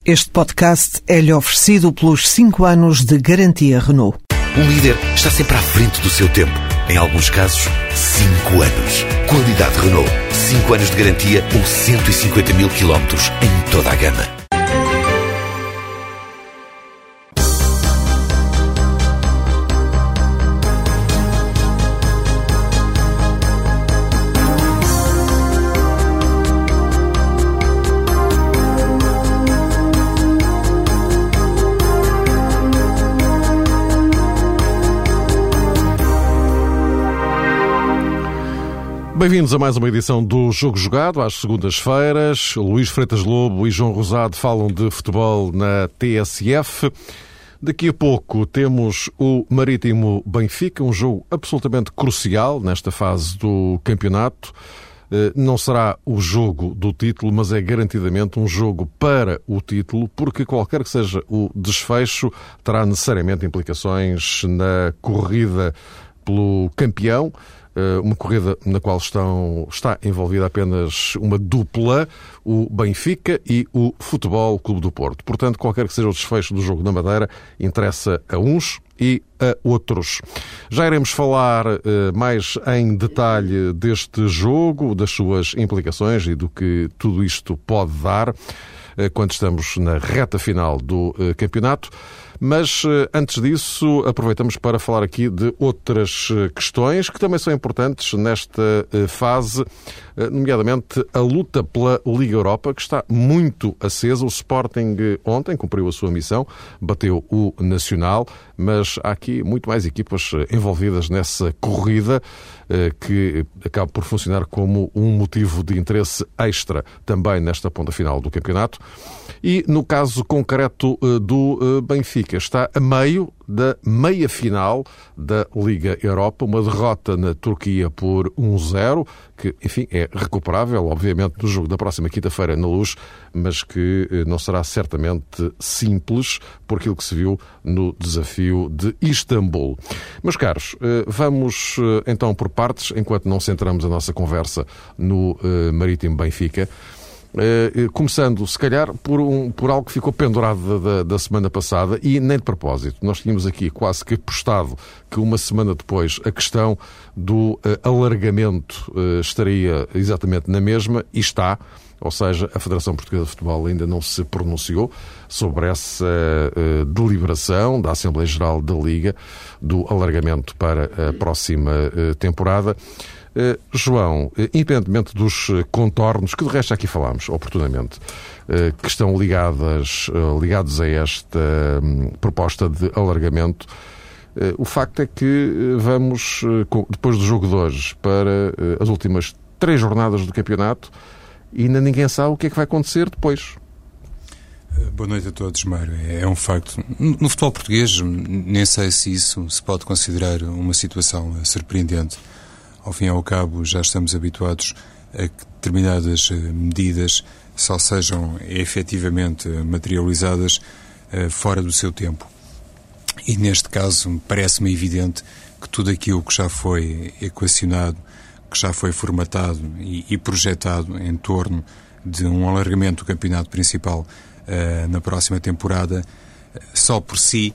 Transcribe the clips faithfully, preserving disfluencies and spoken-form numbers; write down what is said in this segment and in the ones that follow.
Este podcast é-lhe oferecido pelos cinco anos de garantia Renault. Um líder está sempre à frente do seu tempo. Em alguns casos, cinco anos. Qualidade Renault. cinco anos de garantia ou cento e cinquenta mil quilómetros em toda a gama. Bem-vindos a mais uma edição do Jogo Jogado, às segundas-feiras. Luís Freitas Lobo e João Rosado falam de futebol na T S F. Daqui a pouco temos o Marítimo Benfica, um jogo absolutamente crucial nesta fase do campeonato. Não será o jogo do título, mas é garantidamente um jogo para o título, porque qualquer que seja o desfecho terá necessariamente implicações na corrida pelo campeão. Uma corrida na qual estão, está envolvida apenas uma dupla, o Benfica e o Futebol Clube do Porto. Portanto, qualquer que seja o desfecho do jogo na Madeira, interessa a uns e a outros. Já iremos falar uh, mais em detalhe deste jogo, das suas implicações e do que tudo isto pode dar uh, quando estamos na reta final do uh, campeonato. Mas, antes disso, aproveitamos para falar aqui de outras questões que também são importantes nesta fase, nomeadamente a luta pela Liga Europa, que está muito acesa. O Sporting ontem cumpriu a sua missão, bateu o Nacional, mas há aqui muito mais equipas envolvidas nessa corrida, que acaba por funcionar como um motivo de interesse extra também nesta ponta final do campeonato. E no caso concreto do Benfica, está a meio da meia-final da Liga Europa, uma derrota na Turquia por um zero, que, enfim, é recuperável, obviamente, no jogo da próxima quinta-feira na Luz, mas que não será certamente simples por aquilo que se viu no desafio de Istambul. Meus caros, vamos então por partes, enquanto não centramos a nossa conversa no Marítimo Benfica. Uh, começando, se calhar, por, um, por algo que ficou pendurado da, da semana passada e nem de propósito. Nós tínhamos aqui quase que postado que uma semana depois a questão do uh, alargamento uh, estaria exatamente na mesma e está. Ou seja, a Federação Portuguesa de Futebol ainda não se pronunciou sobre essa uh, deliberação da Assembleia Geral da Liga do alargamento para a próxima uh, temporada. Uh, João, uh, independentemente dos uh, contornos, que de resto aqui falámos oportunamente, uh, que estão ligadas, uh, ligados a esta um, proposta de alargamento, uh, o facto é que uh, vamos, uh, com, depois do jogo de hoje, para uh, as últimas três jornadas do campeonato e ainda ninguém sabe o que é que vai acontecer depois. Boa noite a todos, Mário. É um facto. No futebol português, nem sei se isso se pode considerar uma situação surpreendente. Ao fim e ao cabo, já estamos habituados a que determinadas medidas só sejam efetivamente materializadas fora do seu tempo. E neste caso, parece-me evidente que tudo aquilo que já foi equacionado, que já foi formatado e, e projetado em torno de um alargamento do campeonato principal uh, na próxima temporada, só por si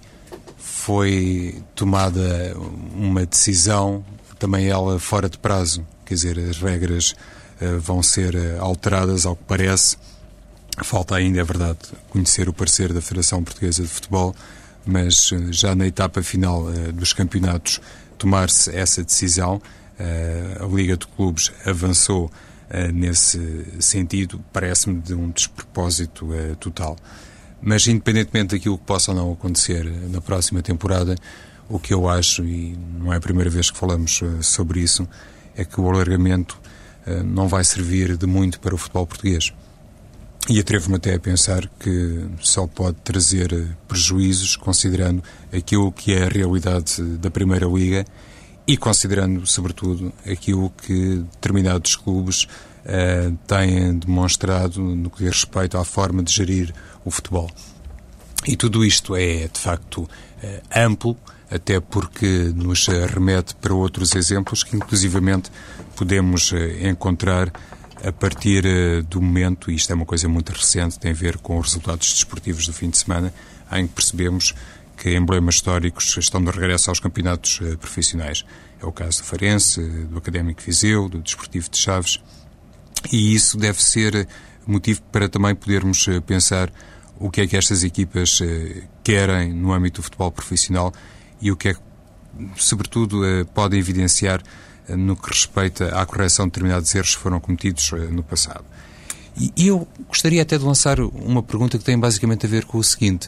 foi tomada uma decisão, também ela fora de prazo. Quer dizer, as regras uh, vão ser uh, alteradas, ao que parece. Falta ainda, é verdade, conhecer o parecer da Federação Portuguesa de Futebol, mas uh, já na etapa final uh, dos campeonatos tomar-se essa decisão. Uh, a Liga de Clubes avançou uh, nesse sentido, parece-me de um despropósito uh, total. Mas independentemente daquilo que possa ou não acontecer uh, na próxima temporada, o que eu acho, e não é a primeira vez que falamos uh, sobre isso, é que o alargamento uh, não vai servir de muito para o futebol português. E atrevo-me até a pensar que só pode trazer uh, prejuízos, considerando aquilo que é a realidade da Primeira Liga e considerando, sobretudo, aquilo que determinados clubes uh, têm demonstrado no que diz respeito à forma de gerir o futebol. E tudo isto é, de facto, uh, amplo, até porque nos remete para outros exemplos que, inclusivamente, podemos uh, encontrar a partir uh, do momento, e isto é uma coisa muito recente, tem a ver com os resultados desportivos do fim de semana, em que percebemos que emblemas históricos estão de regresso aos campeonatos uh, profissionais. É o caso do Farense, do Académico de Viseu, do Desportivo de Chaves, e isso deve ser motivo para também podermos uh, pensar o que é que estas equipas uh, querem no âmbito do futebol profissional e o que é que, sobretudo, uh, podem evidenciar uh, no que respeita à correção de determinados erros que foram cometidos uh, no passado. E eu gostaria até de lançar uma pergunta que tem basicamente a ver com o seguinte: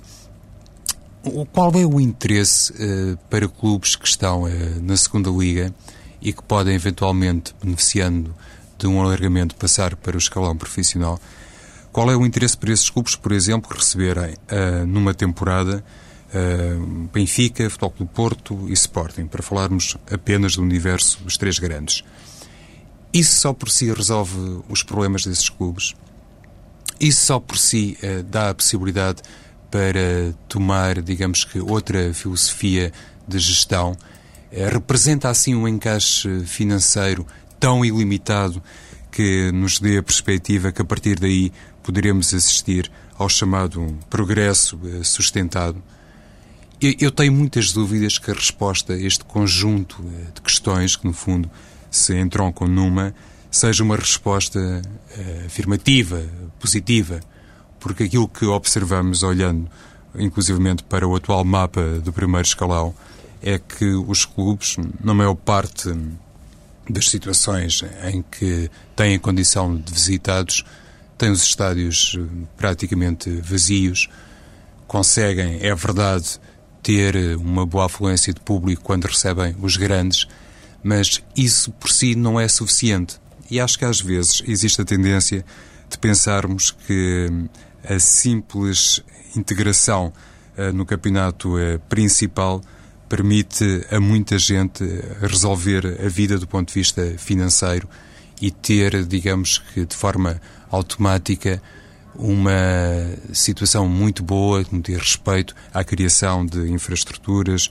qual é o interesse uh, para clubes que estão uh, na segunda Liga e que podem eventualmente, beneficiando de um alargamento, passar para o escalão profissional? Qual é o interesse para esses clubes, por exemplo, receberem uh, numa temporada uh, Benfica, Futebol Clube Porto e Sporting, para falarmos apenas do universo dos três grandes? Isso só por si resolve os problemas desses clubes? Isso só por si uh, dá a possibilidade para tomar, digamos que, outra filosofia de gestão? Uh, representa assim um encaixe financeiro tão ilimitado que nos dê a perspectiva que a partir daí poderemos assistir ao chamado progresso sustentado? Eu, eu tenho muitas dúvidas que a resposta a este conjunto de questões, que no fundo se entroncam numa, seja uma resposta uh, afirmativa, positiva, porque aquilo que observamos olhando inclusivamente para o atual mapa do primeiro escalão é que os clubes, na maior parte das situações em que têm a condição de visitados, têm os estádios praticamente vazios, conseguem, é verdade, ter uma boa afluência de público quando recebem os grandes, mas isso por si não é suficiente. E acho que às vezes existe a tendência de pensarmos que a simples integração uh, no campeonato uh, principal permite a muita gente resolver a vida do ponto de vista financeiro e ter, digamos que de forma automática, uma situação muito boa no que diz respeito à criação de infraestruturas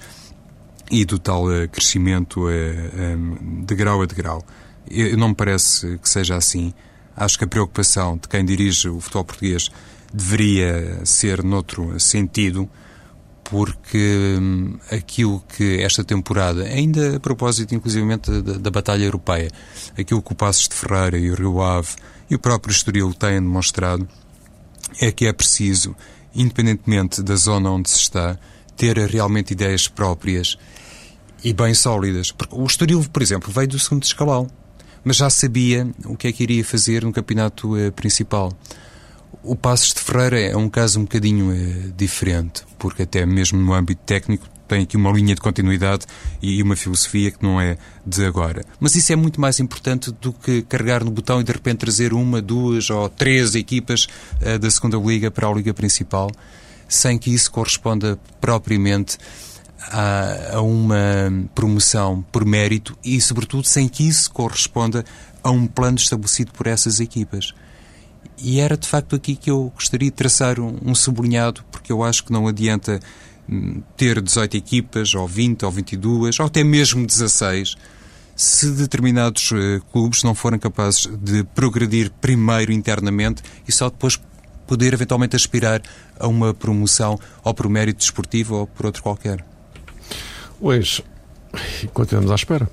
e do tal crescimento de grau a degrau. Eu, não me parece que seja assim. Acho que a preocupação de quem dirige o futebol português deveria ser noutro sentido, porque hum, aquilo que esta temporada, ainda a propósito inclusivamente da, da batalha europeia, aquilo que o Paços de Ferreira e o Rio Ave e o próprio Estoril têm demonstrado é que é preciso, independentemente da zona onde se está, ter realmente ideias próprias e bem sólidas. Porque o Estoril, por exemplo, veio do segundo escalão, mas já sabia o que é que iria fazer no campeonato eh, principal. O Paços de Ferreira é um caso um bocadinho eh, diferente, porque até mesmo no âmbito técnico tem aqui uma linha de continuidade e uma filosofia que não é de agora. Mas isso é muito mais importante do que carregar no botão e de repente trazer uma, duas ou três equipas eh, da segunda Liga para a Liga Principal, sem que isso corresponda propriamente a, a uma promoção por mérito e, sobretudo, sem que isso corresponda a um plano estabelecido por essas equipas. E era, de facto, aqui que eu gostaria de traçar um, um sublinhado, porque eu acho que não adianta hum, ter dezoito equipas, ou vinte, ou vinte e duas, ou até mesmo dezasseis, se determinados uh, clubes não forem capazes de progredir primeiro internamente e só depois poder eventualmente aspirar a uma promoção ou por mérito desportivo ou por outro qualquer. Hoje, continuamos à espera.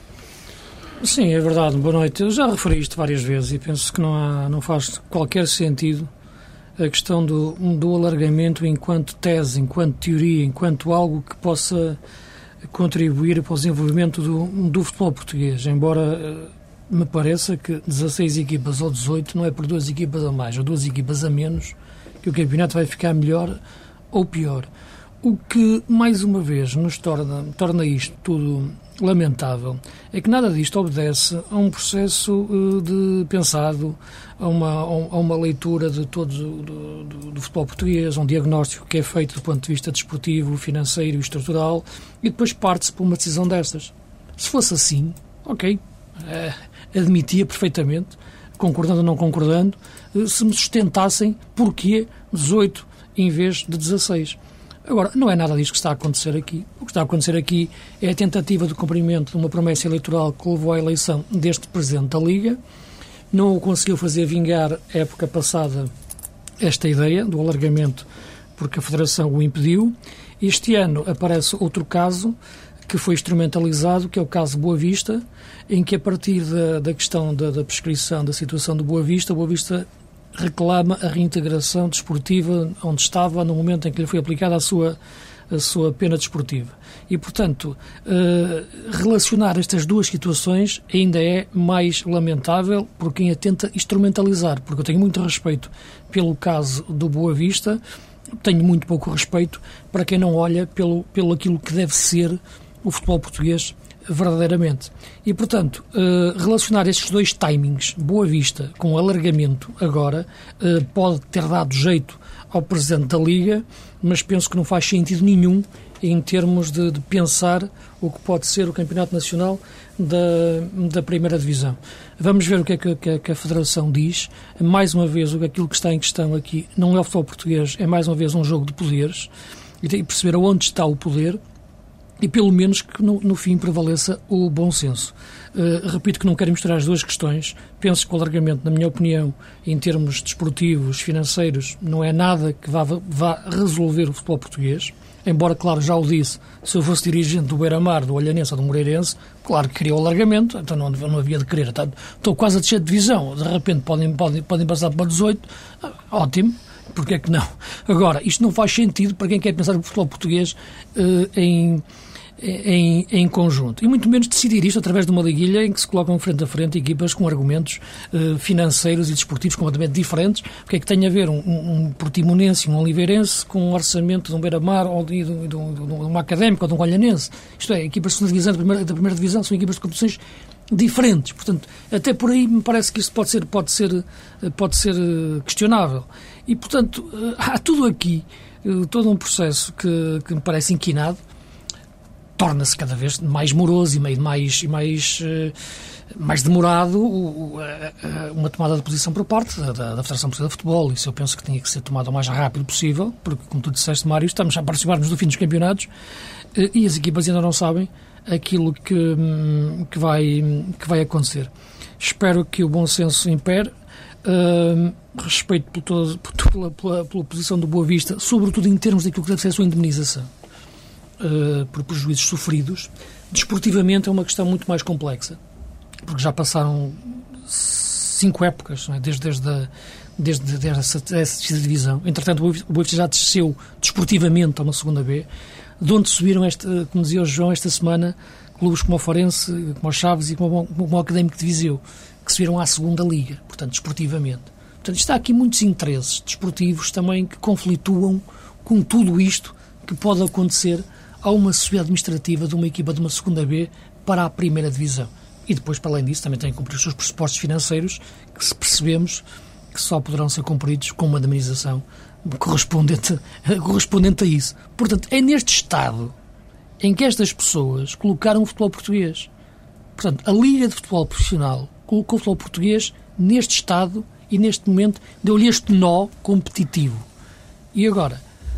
Sim, é verdade. Boa noite. Eu já referi isto várias vezes e penso que não, há, não faz qualquer sentido a questão do, do alargamento enquanto tese, enquanto teoria, enquanto algo que possa contribuir para o desenvolvimento do, do futebol português. Embora me pareça que dezasseis equipas ou dezoito não é por duas equipas a mais ou duas equipas a menos que o campeonato vai ficar melhor ou pior. O que, mais uma vez, nos torna, torna isto tudo lamentável é que nada disto obedece a um processo uh, de pensado, a uma, a uma leitura de todo do, do, do futebol português, um diagnóstico que é feito do ponto de vista desportivo, financeiro e estrutural, e depois parte-se por uma decisão destas. Se fosse assim, ok, uh, admitia perfeitamente, concordando ou não concordando, uh, se me sustentassem porquê dezoito em vez de dezasseis. Agora, não é nada disto que está a acontecer aqui. O que está a acontecer aqui é a tentativa de cumprimento de uma promessa eleitoral que levou à eleição deste Presidente da Liga não o conseguiu fazer vingar a época passada esta ideia do alargamento porque a Federação o impediu. Este ano aparece outro caso que foi instrumentalizado, que é o caso Boa Vista, em que a partir da, da questão da, da prescrição da situação do Boa Vista, Boa Vista reclama a reintegração desportiva onde estava no momento em que lhe foi aplicada a sua, a sua pena desportiva. E, portanto, eh, relacionar estas duas situações ainda é mais lamentável por quem a tenta instrumentalizar, porque eu tenho muito respeito pelo caso do Boa Vista, tenho muito pouco respeito para quem não olha pelo, pelo aquilo que deve ser o futebol português verdadeiramente. E, portanto, uh, relacionar estes dois timings, Boa Vista com alargamento agora, uh, pode ter dado jeito ao Presidente da Liga, mas penso que não faz sentido nenhum em termos de, de pensar o que pode ser o Campeonato Nacional da, da Primeira Divisão. Vamos ver o que é que, que, que a Federação diz. Mais uma vez, aquilo que está em questão aqui não é o futebol português, é mais uma vez um jogo de poderes, e tem que perceber aonde está o poder, e pelo menos que no, no fim prevaleça o bom senso. Uh, repito que não quero misturar as duas questões. Penso que o alargamento, na minha opinião, em termos desportivos, financeiros, não é nada que vá, vá resolver o futebol português. Embora, claro, já o disse, se eu fosse dirigente do Beira-Mar, do Olhanense ou do Moreirense, claro que queria o alargamento, então não, não havia de querer. Então, estou quase a descer de divisão, de repente podem, podem, podem passar para dezoito, ah, ótimo. Porque é que não? Agora, isto não faz sentido para quem quer pensar no futebol português uh, em, em, em conjunto. E muito menos decidir isto através de uma liguilha em que se colocam frente a frente equipas com argumentos uh, financeiros e desportivos completamente diferentes. Porque é que tem a ver um, um, um Portimonense e um Oliveirense com um orçamento de um Beira-Mar ou de, de, de, de, de uma Académica ou de um Olhanense? Isto é, equipas de segunda divisão da primeira, da primeira divisão são equipas de competições diferentes. Portanto, até por aí me parece que isso pode ser, pode ser, pode ser questionável. E, portanto, há tudo aqui, todo um processo que, que me parece inquinado, torna-se cada vez mais moroso e meio mais, e mais, mais demorado uma tomada de posição por parte da, da Federação Portuguesa de Futebol. Isso eu penso que tinha que ser tomada o mais rápido possível, porque, como tu disseste, Mário, estamos a aproximar-nos do fim dos campeonatos e as equipas ainda não sabem aquilo que, que, vai, que vai acontecer. Espero que o bom senso impere. Uh, respeito por todo, por, pela, pela, pela posição do Boa Vista, sobretudo em termos daquilo que deve ser a sua indemnização uh, por prejuízos sofridos. Desportivamente é uma questão muito mais complexa, porque já passaram cinco épocas, não é? desde, desde, a, desde, desde essa, essa divisão. Entretanto, o Boa Vista já desceu desportivamente a uma segunda B, de onde subiram, esta, como dizia o João, esta semana, clubes como o Forense, como o Chaves e como, como o Académico de Viseu, que subiram à segunda liga, portanto, desportivamente. Portanto, está aqui muitos interesses desportivos também que conflituam com tudo isto que pode acontecer a uma subida administrativa de uma equipa de uma segunda B para a primeira divisão. E depois, para além disso, também tem que cumprir os seus pressupostos financeiros, que se percebemos que só poderão ser cumpridos com uma indemnização correspondente, correspondente a isso. Portanto, é neste estado em que estas pessoas colocaram o futebol português. Portanto, a Liga de Futebol Profissional colocou o futebol português neste estado e neste momento deu-lhe este nó competitivo. E agora,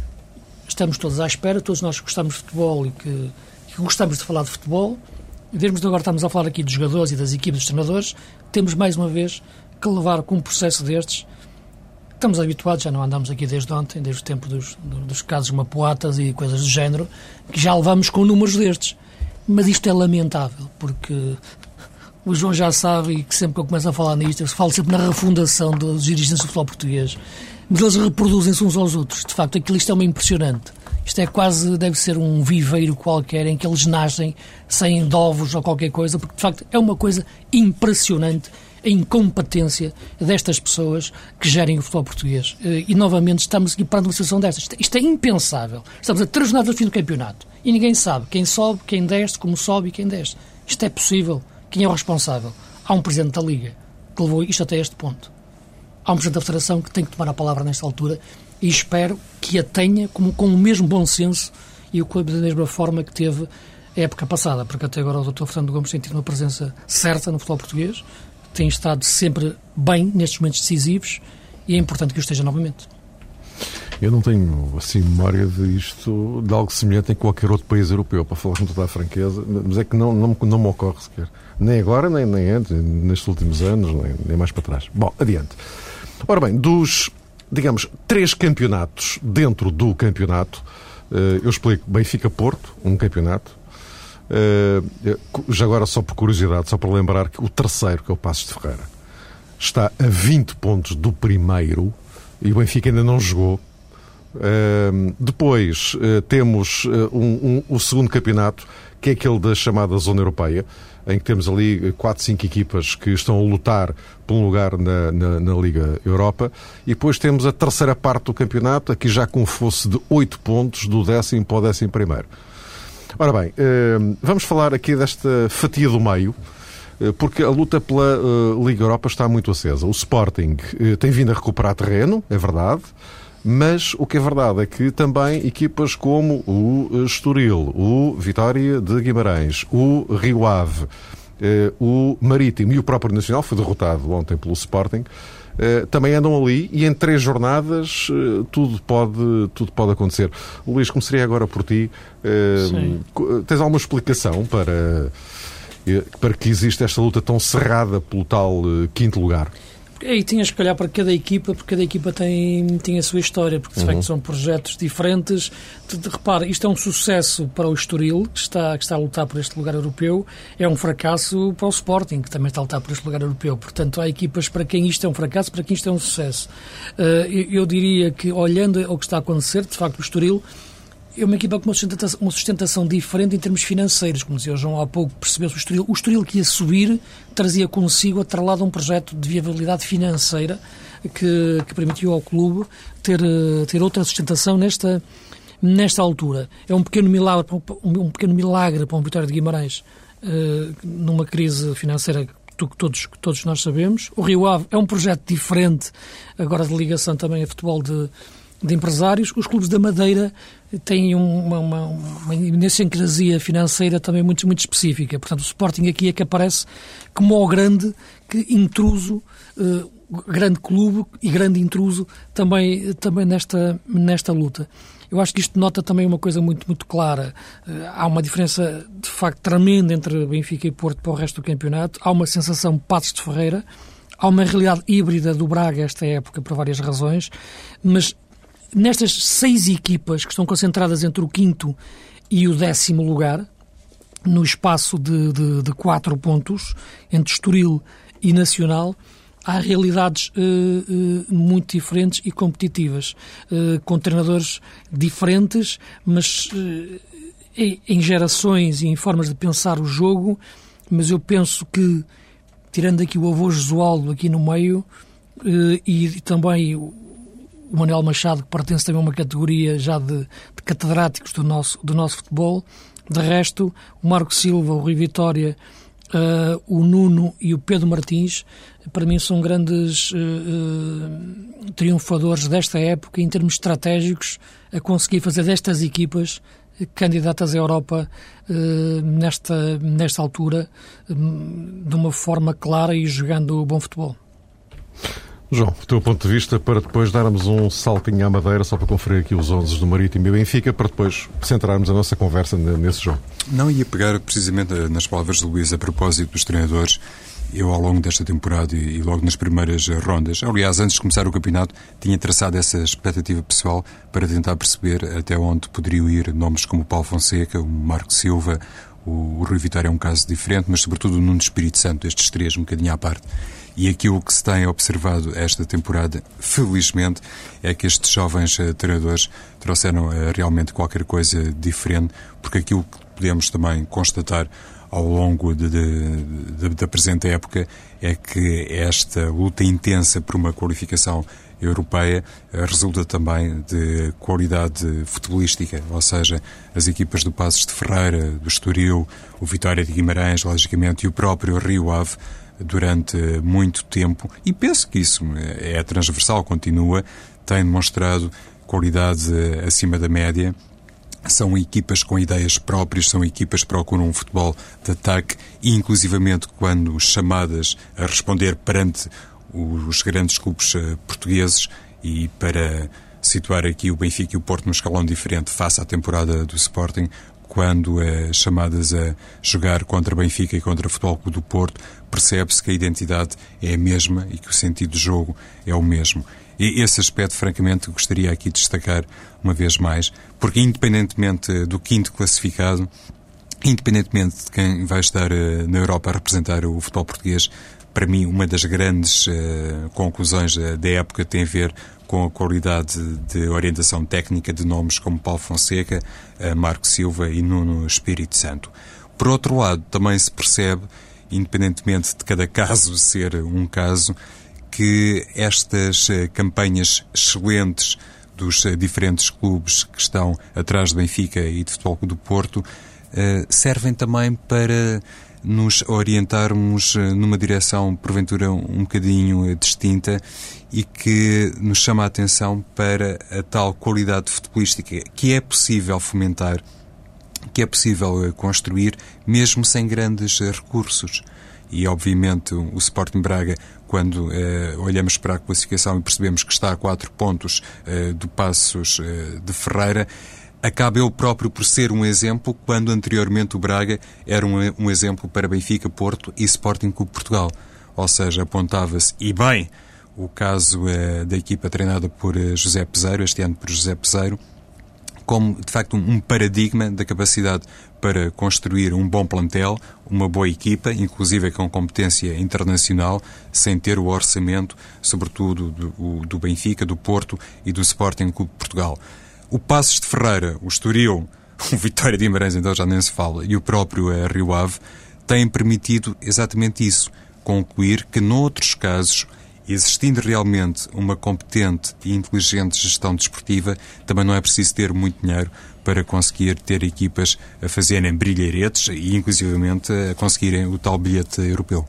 estamos todos à espera, todos nós que gostamos de futebol e que, que gostamos de falar de futebol, em termos de agora estamos a falar aqui dos jogadores e das equipes dos treinadores, temos mais uma vez que levar com um processo destes. Estamos habituados, já não andamos aqui desde ontem, desde o tempo dos, dos casos mapoatas e coisas do género, que já levamos com números destes. Mas isto é lamentável, porque o João já sabe, e que sempre que eu começo a falar nisto, eu falo sempre na refundação dos dirigentes do futebol português, mas eles reproduzem-se uns aos outros. De facto, aquilo isto é uma impressionante. Isto é quase, deve ser um viveiro qualquer em que eles nascem sem ovos ou qualquer coisa, porque de facto é uma coisa impressionante a incompetência destas pessoas que gerem o futebol português. E, novamente, estamos aqui perante uma situação destas. Isto é impensável. Estamos a três jornadas do fim do campeonato e ninguém sabe quem sobe, quem desce, como sobe e quem desce. Isto é possível. Quem é o responsável? Há um Presidente da Liga que levou isto até este ponto. Há um Presidente da Federação que tem que tomar a palavra nesta altura e espero que a tenha como, com o mesmo bom senso e com a mesma forma que teve a época passada, porque até agora o doutor Fernando Gomes tem tido uma presença certa no futebol português, tem estado sempre bem nestes momentos decisivos e é importante que o esteja novamente. Eu não tenho, assim, memória de isto, de algo semelhante em qualquer outro país europeu, para falar com toda a franqueza, mas é que não, não, não me ocorre sequer. Nem agora, nem, nem antes, nestes últimos anos, nem, nem mais para trás. Bom, adiante. Ora bem, dos, digamos, três campeonatos dentro do campeonato, eu explico, Benfica-Porto, um campeonato, já agora só por curiosidade, só para lembrar que o terceiro, que é o Passos de Ferreira, está a vinte pontos do primeiro e o Benfica ainda não jogou. Uh, depois uh, temos uh, um, um, o segundo campeonato, que é aquele da chamada Zona Europeia, em que temos ali quatro, cinco equipas que estão a lutar por um lugar na, na, na Liga Europa. E depois temos a terceira parte do campeonato, aqui já com fosse de oito pontos, do décimo para o décimo primeiro. Ora bem, uh, vamos falar aqui desta fatia do meio, uh, porque a luta pela uh, Liga Europa está muito acesa. O Sporting uh, tem vindo a recuperar terreno, é verdade. Mas o que é verdade é que também equipas como o Estoril, o Vitória de Guimarães, o Rio Ave, eh, o Marítimo e o próprio Nacional, foi derrotado ontem pelo Sporting, eh, também andam ali e em três jornadas eh, tudo, pode, tudo pode acontecer. Luís, começaria agora por ti. Eh, tens alguma explicação para, eh, para que existe esta luta tão cerrada pelo tal eh, quinto lugar? E tinhas que olhar para cada equipa, porque cada equipa tem, tem a sua história, porque de uhum. facto são projetos diferentes. De, de, repara, isto é um sucesso para o Estoril, que está, que está a lutar por este lugar europeu, é um fracasso para o Sporting, que também está a lutar por este lugar europeu. Portanto, há equipas para quem isto é um fracasso, para quem isto é um sucesso. Uh, eu, eu diria que, olhando ao que está a acontecer, de facto o Estoril é uma equipa com uma sustentação, uma sustentação diferente em termos financeiros. Como dizia o João há pouco, percebeu-se o Estoril. O Estoril que ia subir trazia consigo atrelado um projeto de viabilidade financeira que, que permitiu ao clube ter, ter outra sustentação nesta, nesta altura. É um pequeno milagre, um pequeno milagre para um Vitória de Guimarães uh, numa crise financeira que todos, que todos nós sabemos. O Rio Ave é um projeto diferente, agora de ligação também a futebol de de empresários. Os clubes da Madeira têm uma, uma, uma idiosincrasia financeira também muito, muito específica. Portanto, o Sporting aqui é que aparece como o grande que intruso, uh, grande clube e grande intruso também, também nesta, nesta luta. Eu acho que isto nota também uma coisa muito, muito clara. Uh, há uma diferença, de facto, tremenda entre Benfica e Porto para o resto do campeonato. Há uma sensação Passos de Ferreira. Há uma realidade híbrida do Braga esta época, por várias razões, mas nestas seis equipas que estão concentradas entre o quinto e o décimo lugar, no espaço de, de, de quatro pontos, entre Estoril e Nacional, há realidades uh, uh, muito diferentes e competitivas, uh, com treinadores diferentes, mas uh, em gerações e em formas de pensar o jogo. Mas eu penso que, tirando aqui o avô Jesualdo aqui no meio, uh, e, e também o o Manuel Machado, que pertence também a uma categoria já de, de catedráticos do nosso, do nosso futebol. De resto, o Marco Silva, o Rui Vitória, uh, o Nuno e o Pedro Martins, para mim são grandes uh, uh, triunfadores desta época em termos estratégicos, a conseguir fazer destas equipas candidatas à Europa uh, nesta, nesta altura, um, de uma forma clara e jogando bom futebol. João, do teu ponto de vista, para depois darmos um saltinho à Madeira, só para conferir aqui os onze do Marítimo e Benfica, para depois centrarmos a nossa conversa nesse jogo. Não ia pegar precisamente nas palavras de Luís a propósito dos treinadores. Eu, ao longo desta temporada e logo nas primeiras rondas, aliás, antes de começar o campeonato, tinha traçado essa expectativa pessoal para tentar perceber até onde poderiam ir nomes como o Paulo Fonseca, o Marco Silva, o Rui Vitória é um caso diferente, mas sobretudo o Nuno Espírito Santo, estes três um bocadinho à parte. E aquilo que se tem observado esta temporada, felizmente, é que estes jovens uh, treinadores trouxeram uh, realmente qualquer coisa diferente, porque aquilo que podemos também constatar ao longo de, de, de, da presente época é que esta luta intensa por uma qualificação europeia uh, resulta também de qualidade futebolística, ou seja, as equipas do Passos de Ferreira, do Estoril, o Vitória de Guimarães, logicamente, e o próprio Rio Ave, durante muito tempo, e penso que isso é transversal, continua, tem demonstrado qualidade acima da média. São equipas com ideias próprias, são equipas que procuram um futebol de ataque e, inclusivamente, quando chamadas a responder perante os grandes clubes portugueses e para situar aqui o Benfica e o Porto num escalão diferente face à temporada do Sporting, quando é chamadas a jogar contra Benfica e contra o Futebol Clube do Porto, percebe-se que a identidade é a mesma e que o sentido de jogo é o mesmo. E esse aspecto, francamente, gostaria aqui de destacar uma vez mais, porque independentemente do quinto classificado, independentemente de quem vai estar uh, na Europa a representar o futebol português, para mim, uma das grandes uh, conclusões uh, da época tem a ver com a qualidade de orientação técnica de nomes como Paulo Fonseca, uh, Marco Silva e Nuno Espírito Santo. Por outro lado, também se percebe, independentemente de cada caso ser um caso, que estas uh, campanhas excelentes dos uh, diferentes clubes que estão atrás de Benfica e de Futebol Clube do Porto uh, servem também para nos orientarmos numa direção, porventura, um bocadinho distinta e que nos chama a atenção para a tal qualidade futebolística que é possível fomentar, que é possível construir, mesmo sem grandes recursos. E, obviamente, o Sporting Braga, quando eh, olhamos para a classificação e percebemos que está a quatro pontos eh, do Passos eh, de Ferreira, acaba ele próprio por ser um exemplo, quando anteriormente o Braga era um, um exemplo para Benfica, Porto e Sporting Clube Portugal. Ou seja, apontava-se, e bem, o caso eh, da equipa treinada por eh, José Peseiro, este ano por José Peseiro, como, de facto, um, um paradigma da capacidade para construir um bom plantel, uma boa equipa, inclusive com competência internacional, sem ter o orçamento, sobretudo, do, do Benfica, do Porto e do Sporting Clube Portugal. O Passos de Ferreira, o Estoril, o Vitória de Guimarães, então já nem se fala, e o próprio eh, Rio Ave, têm permitido exatamente isso, concluir que, noutros casos, existindo realmente uma competente e inteligente gestão desportiva, também não é preciso ter muito dinheiro para conseguir ter equipas a fazerem brilharetes e, inclusivamente, a conseguirem o tal bilhete europeu.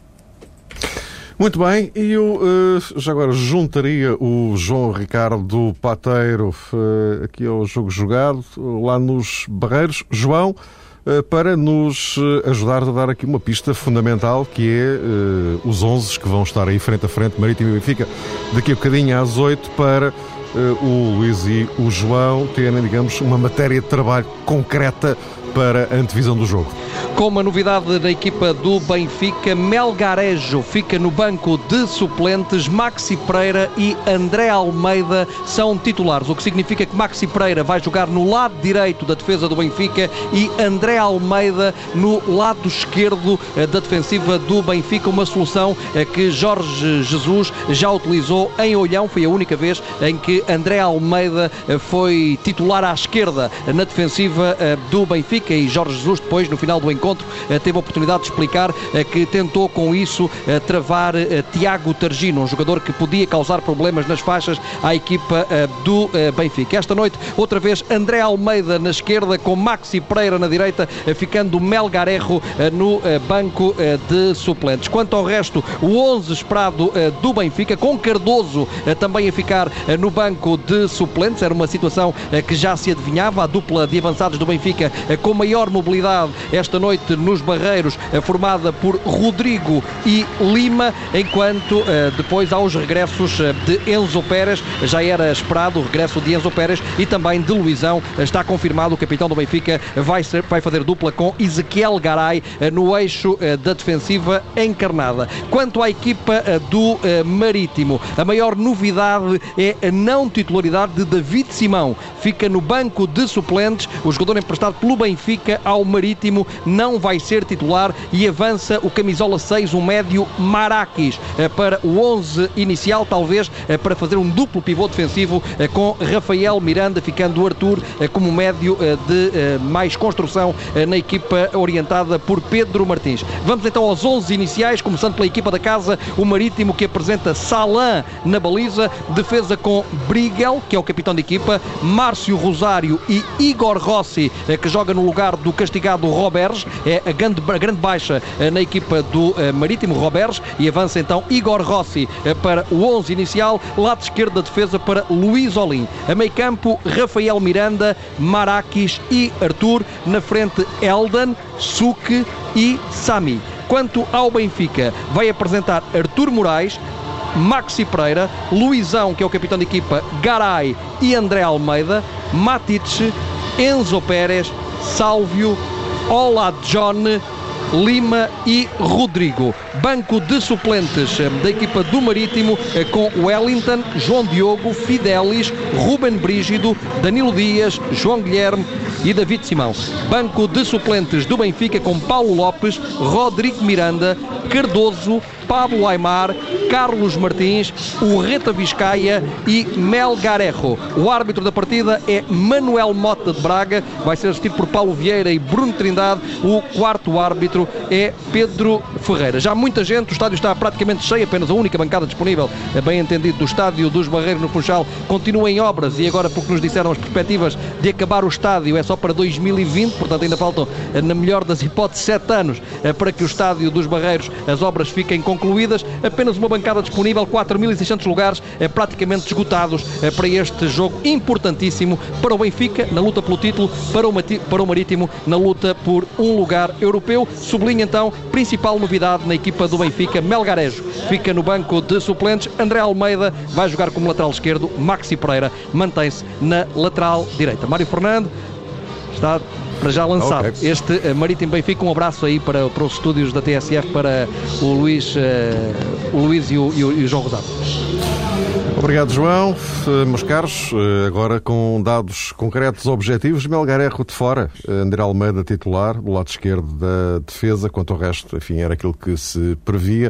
Muito bem, e eu uh, já agora juntaria o João Ricardo Pateiro uh, aqui ao Jogo Jogado, lá nos Barreiros. João, uh, para nos ajudar a dar aqui uma pista fundamental, que é uh, os onze que vão estar aí frente a frente, Marítimo e Benfica, daqui a bocadinho às oito, para uh, o Luís e o João terem, digamos, uma matéria de trabalho concreta para a antevisão do jogo. Com uma novidade da equipa do Benfica, Melgarejo fica no banco de suplentes, Maxi Pereira e André Almeida são titulares, o que significa que Maxi Pereira vai jogar no lado direito da defesa do Benfica e André Almeida no lado esquerdo da defensiva do Benfica, uma solução que Jorge Jesus já utilizou em Olhão. Foi a única vez em que André Almeida foi titular à esquerda na defensiva do Benfica, e Jorge Jesus depois, no final do encontro, teve a oportunidade de explicar que tentou com isso travar Tiago Targino, um jogador que podia causar problemas nas faixas à equipa do Benfica. Esta noite, outra vez, André Almeida na esquerda, com Maxi Pereira na direita, ficando Melgarejo no banco de suplentes. Quanto ao resto, o onze esperado do Benfica, com Cardoso também a ficar no banco de suplentes. Era uma situação que já se adivinhava, a dupla de avançados do Benfica com maior mobilidade esta noite nos Barreiros, formada por Rodrigo e Lima, enquanto depois há os regressos de Enzo Pérez, já era esperado o regresso de Enzo Pérez, e também de Luizão. Está confirmado, o capitão do Benfica vai, ser, vai fazer dupla com Ezequiel Garay no eixo da defensiva encarnada. Quanto à equipa do Marítimo, a maior novidade é a não titularidade de David Simão. Fica no banco de suplentes, o jogador emprestado pelo Benfica ao Marítimo não vai ser titular, e avança o camisola seis, um médio Marrakis, para o onze inicial, talvez para fazer um duplo pivô defensivo com Rafael Miranda, ficando o Arthur como médio de mais construção na equipa orientada por Pedro Martins. Vamos então aos onze iniciais, começando pela equipa da casa, o Marítimo, que apresenta Salan na baliza, defesa com Brigel, que é o capitão da equipa, Márcio Rosário e Igor Rossi, que joga no lugar do castigado Roberts, é a grande, a grande baixa na equipa do Marítimo, Roberts, e avança então Igor Rossi para o onze inicial, lado esquerdo da defesa para Luís Olim. A meio campo, Rafael Miranda, Marrakis e Arthur, na frente Eldan, Suque e Sami. Quanto ao Benfica, vai apresentar Arthur Moraes, Maxi Pereira, Luizão, que é o capitão da equipa, Garay e André Almeida, Matic, Enzo Pérez, Sálvio, Ola John, Lima e Rodrigo. Banco de suplentes da equipa do Marítimo com Wellington, João Diogo, Fidelis, Ruben Brígido, Danilo Dias, João Guilherme e David Simão. Banco de suplentes do Benfica com Paulo Lopes, Rodrigo Miranda, Cardoso, Pablo Aimar, Carlos Martins, Urreta Vizcaia e Melgarejo. O árbitro da partida é Manuel Mota de Braga, vai ser assistido por Paulo Vieira e Bruno Trindade. O quarto árbitro é Pedro Ferreira. Já muita gente, o estádio está praticamente cheio, apenas a única bancada disponível, é bem entendido, do estádio dos Barreiros no Funchal, continua em obras e agora, porque nos disseram as perspectivas de acabar o estádio é só para dois mil e vinte, portanto ainda faltam, na melhor das hipóteses, sete anos para que o estádio dos Barreiros, as obras fiquem concluídas. Apenas uma bancada disponível, quatro mil e seiscentos lugares praticamente esgotados para este jogo importantíssimo para o Benfica na luta pelo título, para o, para o Marítimo na luta por um lugar europeu. Sublinha então, principal novidade na equipa do Benfica, Melgarejo fica no banco de suplentes, André Almeida vai jogar como lateral esquerdo, Maxi Pereira mantém-se na lateral direita. Mário Fernando está para já lançado okay. este uh, Marítimo Benfica. Um abraço aí para, para os estúdios da T S F, para o Luís, uh, o Luís e o, e, o, e o João Rosado. Obrigado, João. Uh, meus caros, uh, agora com dados concretos objetivos, Melgarejo de fora, André Almeida titular, do lado esquerdo da defesa, quanto ao resto, enfim, era aquilo que se previa.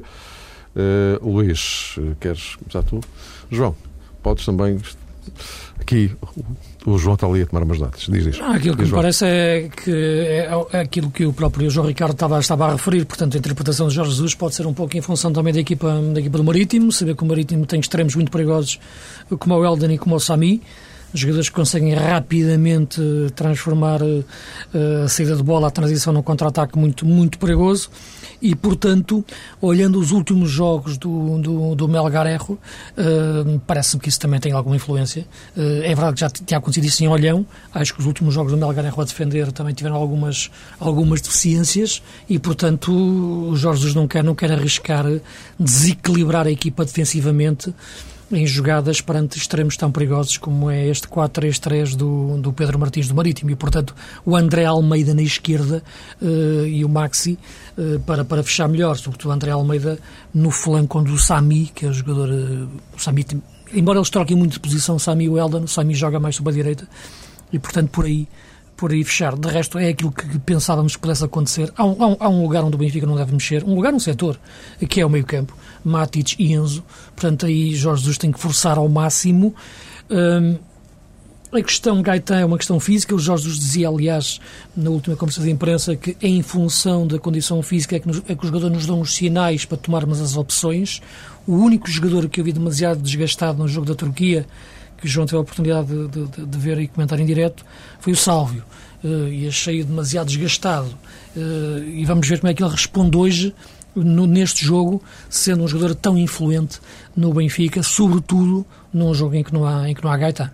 Uh, Luís, uh, queres começar tu? João, podes também... Aqui, o João está ali a tomar umas datas. Diz isto. Ah, aquilo que Diz, me parece é que é, é aquilo que o próprio João Ricardo estava, estava a referir. Portanto, a interpretação de Jorge Jesus pode ser um pouco em função também da equipa, da equipa do Marítimo. Saber que o Marítimo tem extremos muito perigosos, como o Eldon e como o Sami. Jogadores que conseguem rapidamente transformar uh, a saída de bola, a transição num contra-ataque muito, muito perigoso. E, portanto, olhando os últimos jogos do, do, do Melgarejo, uh, parece-me que isso também tem alguma influência. Uh, é verdade que já tinha acontecido isso em Olhão. Acho que os últimos jogos do Melgarejo a defender também tiveram algumas, algumas deficiências e, portanto, o Jorge Jesus não quer, não quer arriscar desequilibrar a equipa defensivamente em jogadas perante extremos tão perigosos como é este quatro três três do, do Pedro Martins do Marítimo. E, portanto, o André Almeida na esquerda uh, e o Maxi uh, para, para fechar melhor, sobretudo o André Almeida no flanco, onde o Sami, que é o jogador... Uh, o Sami, embora eles troquem muito de posição, o Sami e o Eldon, o Sami joga mais sobre a direita e, portanto, por aí por aí fechar. De resto, é aquilo que pensávamos que pudesse acontecer. Há um, há um, há um lugar onde o Benfica não deve mexer, um lugar, um setor, que é o meio-campo, Matic e Enzo. Portanto, aí Jorge Jesus tem que forçar ao máximo. Hum, a questão Gaetan é uma questão física. O Jorge Jesus dizia, aliás, na última conversa de imprensa, que em função da condição física é que, nos, é que os jogadores nos dão os sinais para tomarmos as opções. O único jogador que eu vi demasiado desgastado no jogo da Turquia, que o João teve a oportunidade de, de, de ver e comentar em direto, foi o Sálvio. Uh, e achei-o demasiado desgastado. Uh, e vamos ver como é que ele responde hoje, no, neste jogo, sendo um jogador tão influente no Benfica, sobretudo num jogo em que não há, em que não há Gaetan.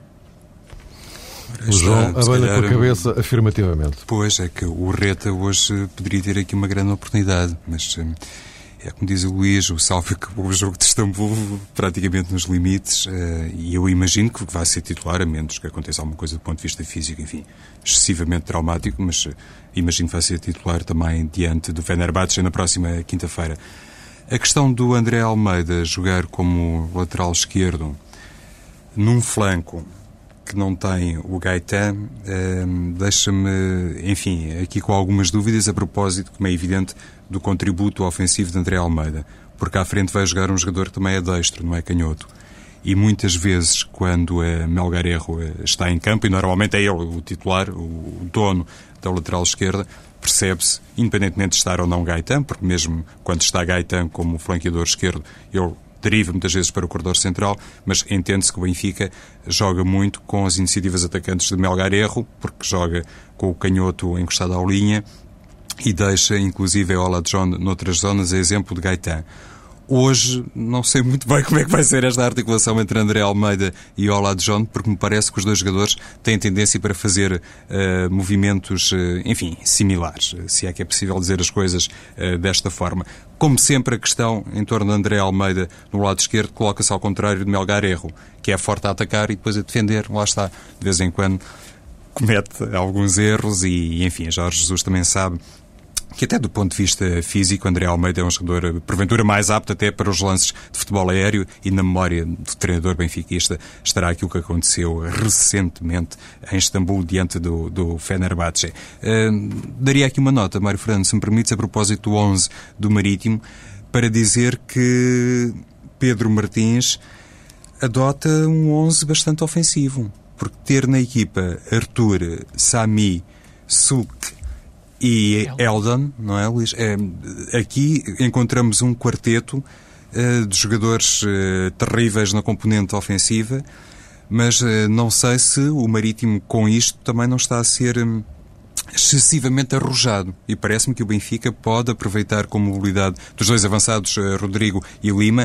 O João abelha com a cabeça afirmativamente. Pois, é que o Reta hoje poderia ter aqui uma grande oportunidade, mas... É como diz o Luís, o Sálvio acabou o jogo de Istambul praticamente nos limites, e eu imagino que vai ser titular, a menos que aconteça alguma coisa do ponto de vista físico, enfim, excessivamente traumático, mas imagino que vai ser titular também diante do Fenerbahçe na próxima quinta-feira. A questão do André Almeida jogar como lateral esquerdo num flanco que não tem o Gaetan, deixa-me, enfim, aqui com algumas dúvidas a propósito, como é evidente, do contributo ofensivo de André Almeida, porque à frente vai jogar um jogador que também é destro, não é canhoto. E muitas vezes, quando a Melgarejo está em campo, e normalmente é ele o titular, o dono da lateral esquerda, percebe-se, independentemente de estar ou não Gaetan, porque mesmo quando está Gaetan como flanqueador esquerdo, ele deriva muitas vezes para o corredor central, mas entende-se que o Benfica joga muito com as iniciativas atacantes de Melgarejo, porque joga com o canhoto encostado à linha, e deixa, inclusive, a Ola John noutras zonas, a exemplo de Gaetan. Hoje não sei muito bem como é que vai ser esta articulação entre André Almeida e Ola John, porque me parece que os dois jogadores têm tendência para fazer uh, movimentos, uh, enfim, similares, se é que é possível dizer as coisas uh, desta forma. Como sempre, a questão em torno de André Almeida no lado esquerdo coloca-se ao contrário de Melgar Erro, que é forte a atacar e depois a defender. Lá está, de vez em quando comete alguns erros e, enfim, Jorge Jesus também sabe que até do ponto de vista físico, André Almeida é um jogador, porventura, mais apto até para os lances de futebol aéreo, e na memória do treinador benfiquista estará aquilo que aconteceu recentemente em Istambul diante do, do Fenerbahçe. Uh, daria aqui uma nota, Mário Fernando, se me permites, a propósito do onze do Marítimo, para dizer que Pedro Martins adota um onze bastante ofensivo, porque ter na equipa Arthur, Sami, Suk e Eldon, não é, Luís? É, aqui encontramos um quarteto uh, de jogadores uh, terríveis na componente ofensiva, mas uh, não sei se o Marítimo com isto também não está a ser um, excessivamente arrojado, e parece-me que o Benfica pode aproveitar com mobilidade dos dois avançados, uh, Rodrigo e Lima,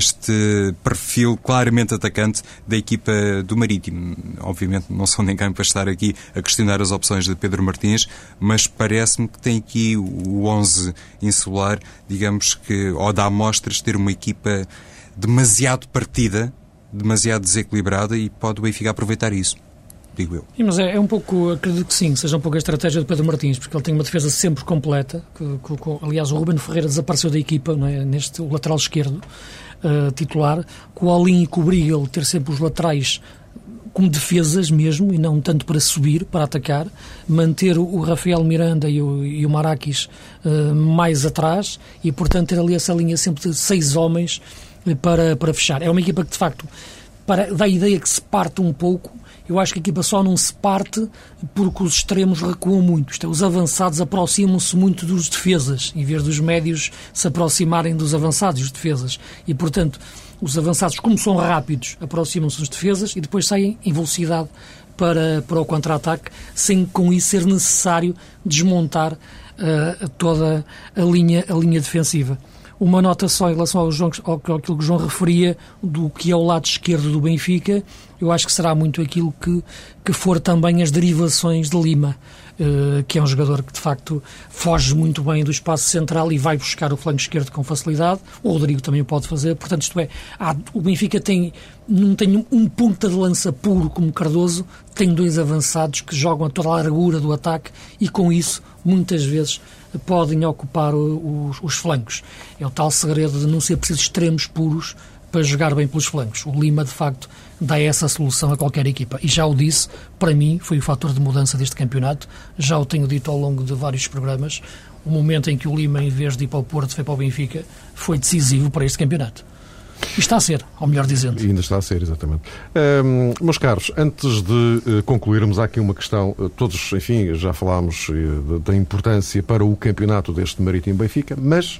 este perfil claramente atacante da equipa do Marítimo. Obviamente não sou ninguém para estar aqui a questionar as opções de Pedro Martins, mas parece-me que tem aqui o onze insular, digamos que, ou dá mostras de ter uma equipa demasiado partida, demasiado desequilibrada, e pode o Benfica aproveitar isso. Digo eu. Sim, mas é, é um pouco, acredito que sim, seja um pouco a estratégia de Pedro Martins, porque ele tem uma defesa sempre completa. Que, que, que, aliás, o Ruben Ferreira desapareceu da equipa, não é? Neste, o lateral esquerdo uh, titular, com o Alim e com o Briegel ter sempre os laterais como defesas mesmo, e não tanto para subir, para atacar, manter o Rafael Miranda e o, e o Marrakis uh, mais atrás, e portanto ter ali essa linha sempre de seis homens uh, para, para fechar. É uma equipa que de facto para, dá a ideia que se parte um pouco. Eu acho que a equipa só não se parte porque os extremos recuam muito. Isto é, os avançados aproximam-se muito dos defesas, em vez dos médios se aproximarem dos avançados e os defesas. E, portanto, os avançados, como são rápidos, aproximam-se dos defesas e depois saem em velocidade para, para o contra-ataque, sem com isso ser necessário desmontar uh, toda a linha, a linha defensiva. Uma nota só em relação ao, João, ao, ao aquilo que o João referia do que é o lado esquerdo do Benfica. Eu acho que será muito aquilo que, que for também as derivações de Lima, uh, que é um jogador que de facto foge muito bem do espaço central e vai buscar o flanco esquerdo com facilidade. O Rodrigo também o pode fazer. Portanto, isto é, há, o Benfica tem, não tem um, um ponta de lança puro como Cardoso, tem dois avançados que jogam a toda a largura do ataque e com isso, muitas vezes, podem ocupar o, os, os flancos. É o tal segredo de não ser preciso extremos puros para jogar bem pelos flancos. O Lima, de facto, dá essa solução a qualquer equipa. E já o disse, para mim, foi o fator de mudança deste campeonato. Já o tenho dito ao longo de vários programas. O momento em que o Lima, em vez de ir para o Porto, foi para o Benfica, foi decisivo para este campeonato. E está a ser, ou melhor dizendo. E ainda está a ser, exatamente. Um, meus caros, antes de uh, concluirmos, há aqui uma questão. Uh, todos, enfim, já falámos uh, da importância para o campeonato deste Marítimo Benfica, mas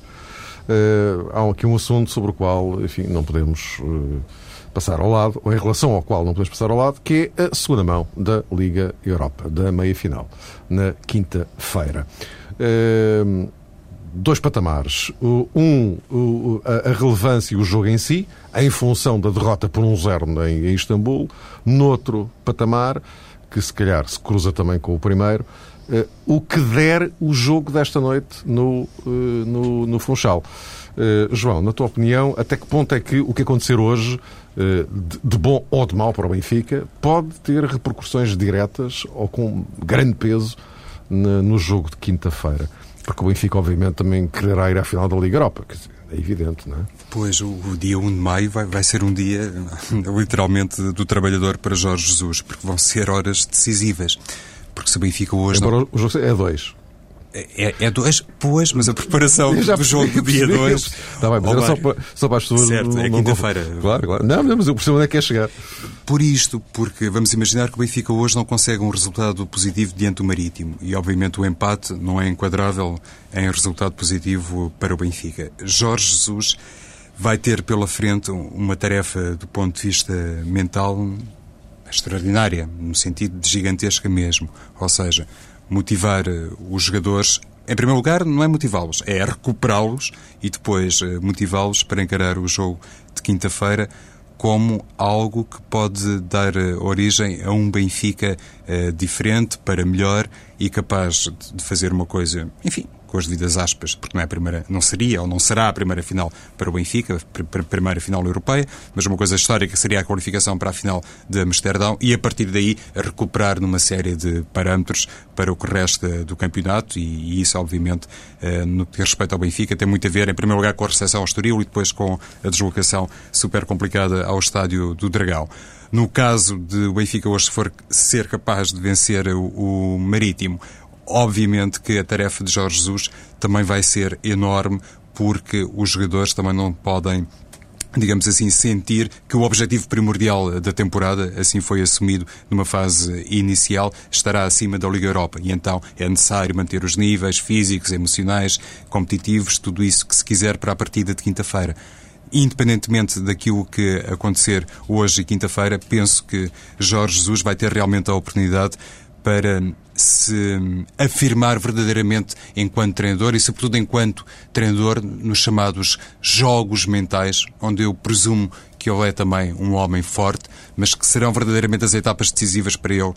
uh, há aqui um assunto sobre o qual, enfim, não podemos uh, passar ao lado, ou em relação ao qual não podemos passar ao lado, que é a segunda mão da Liga Europa, da meia-final, na quinta-feira. Uh, Dois patamares. Um, a relevância e o jogo em si, em função da derrota por um zero em Istambul. Noutro patamar, que se calhar se cruza também com o primeiro, o que der o jogo desta noite no, no, no Funchal. João, na tua opinião, até que ponto é que o que acontecer hoje, de bom ou de mau para o Benfica, pode ter repercussões diretas ou com grande peso no jogo de quinta-feira? Porque o Benfica, obviamente, também quererá ir à final da Liga Europa. É evidente, não é? Pois, o, o dia um de maio vai, vai ser um dia, literalmente, do trabalhador para Jorge Jesus, porque vão ser horas decisivas. Porque se o Benfica hoje... Embora não... o jogo é dois. É, é dois, pois, mas a preparação do jogo do dia dois... Está bem, mas era só para, só para as pessoas... Certo, não, é quinta-feira. Claro, claro. Não, mas eu percebo onde é que quer chegar. Por isto, porque vamos imaginar que o Benfica hoje não consegue um resultado positivo diante do Marítimo. E, obviamente, o empate não é enquadrável em resultado positivo para o Benfica. Jorge Jesus vai ter pela frente uma tarefa, do ponto de vista mental, extraordinária, no sentido de gigantesca mesmo. Ou seja, motivar os jogadores em primeiro lugar, não é motivá-los, é recuperá-los e depois motivá-los para encarar o jogo de quinta-feira como algo que pode dar origem a um Benfica uh, diferente, para melhor e capaz de fazer uma coisa, enfim, com as devidas aspas, porque não é a primeira, não seria ou não será a primeira final para o Benfica, a primeira final europeia, mas uma coisa histórica seria a qualificação para a final de Amsterdão e a partir daí recuperar numa série de parâmetros para o que resta do campeonato e, e isso obviamente no que diz respeito ao Benfica tem muito a ver em primeiro lugar com a recepção ao Estoril e depois com a deslocação super complicada ao Estádio do Dragão. No caso de o Benfica hoje se for ser capaz de vencer o, o Marítimo, obviamente que a tarefa de Jorge Jesus também vai ser enorme porque os jogadores também não podem, digamos assim, sentir que o objetivo primordial da temporada, assim foi assumido numa fase inicial, estará acima da Liga Europa. E então é necessário manter os níveis físicos, emocionais, competitivos, tudo isso que se quiser para a partida de quinta-feira. Independentemente daquilo que acontecer hoje e quinta-feira, penso que Jorge Jesus vai ter realmente a oportunidade para se afirmar verdadeiramente enquanto treinador e, sobretudo, enquanto treinador nos chamados jogos mentais, onde eu presumo que ele é também um homem forte, mas que serão verdadeiramente as etapas decisivas para ele uh,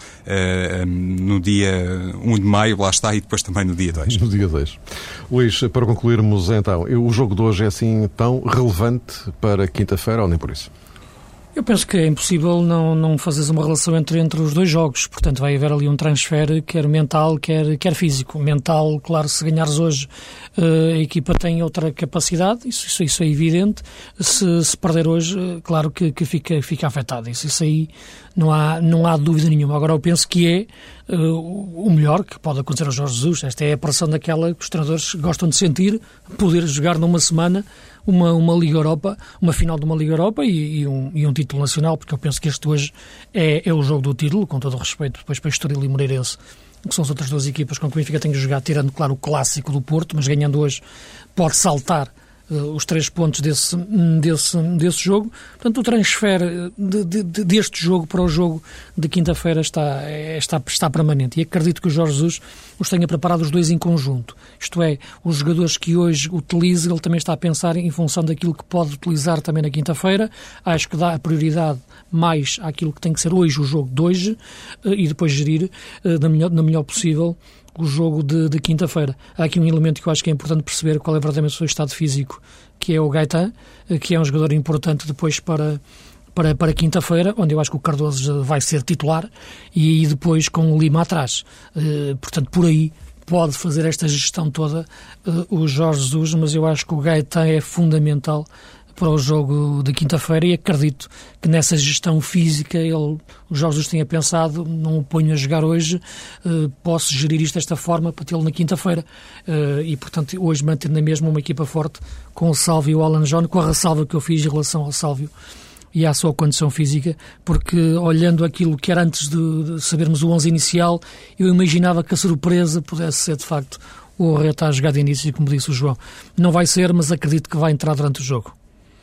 no dia um de maio, lá está, e depois também no dia dois. No dia dois. Luís, para concluirmos então, o jogo de hoje é assim tão relevante para quinta-feira ou nem por isso? Eu penso que é impossível não, não fazeres uma relação entre, entre os dois jogos. Portanto, vai haver ali um transfer, quer mental, quer, quer físico. Mental, claro, se ganhares hoje, uh, a equipa tem outra capacidade, isso, isso, isso é evidente. Se, se perder hoje, uh, claro que, que fica, fica afetado. Isso, isso aí não há, não há dúvida nenhuma. Agora, eu penso que é uh, o melhor que pode acontecer ao Jorge Jesus. Esta é a pressão daquela que os treinadores gostam de sentir, poder jogar numa semana Uma, uma Liga Europa, uma final de uma Liga Europa e, e, um, e um título nacional, porque eu penso que este hoje é, é o jogo do título, com todo o respeito depois para Estoril e Moreirense, que são as outras duas equipas com que o Benfica tem que jogar, tirando, claro, o clássico do Porto, mas ganhando hoje pode saltar uh, os três pontos desse, desse, desse jogo. Portanto, o transfer de, de, de, deste jogo para o jogo de quinta-feira está, está, está permanente e acredito que o Jorge Jesus os tenha preparado os dois em conjunto. Isto é, os jogadores que hoje utiliza, ele também está a pensar em função daquilo que pode utilizar também na quinta-feira. Acho que dá a prioridade mais àquilo que tem que ser hoje o jogo de hoje e depois gerir na melhor, na melhor possível o jogo de, de quinta-feira. Há aqui um elemento que eu acho que é importante perceber qual é verdadeiramente o seu estado físico, que é o Gaetan, que é um jogador importante depois para... para, para quinta-feira, onde eu acho que o Cardoso vai ser titular, e aí depois com o Lima atrás. Uh, portanto, por aí pode fazer esta gestão toda uh, o Jorge Jesus, mas eu acho que o Gaetan é fundamental para o jogo de quinta-feira e acredito que nessa gestão física ele, o Jorge Jesus tenha pensado, não o ponho a jogar hoje, uh, posso gerir isto desta forma para tê-lo na quinta-feira. Uh, e, portanto, hoje manter na mesma uma equipa forte com o Sálvio e o Alan John, com a ressalva que eu fiz em relação ao Sálvio e à sua condição física, porque olhando aquilo que era antes de, de sabermos o onze inicial, eu imaginava que a surpresa pudesse ser, de facto, o Arreta a jogar de início, como disse o João. Não vai ser, mas acredito que vai entrar durante o jogo.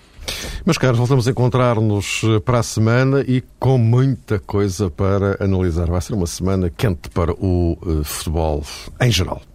Meus caros, voltamos a encontrar-nos para a semana e com muita coisa para analisar. Vai ser uma semana quente para o uh, futebol em geral.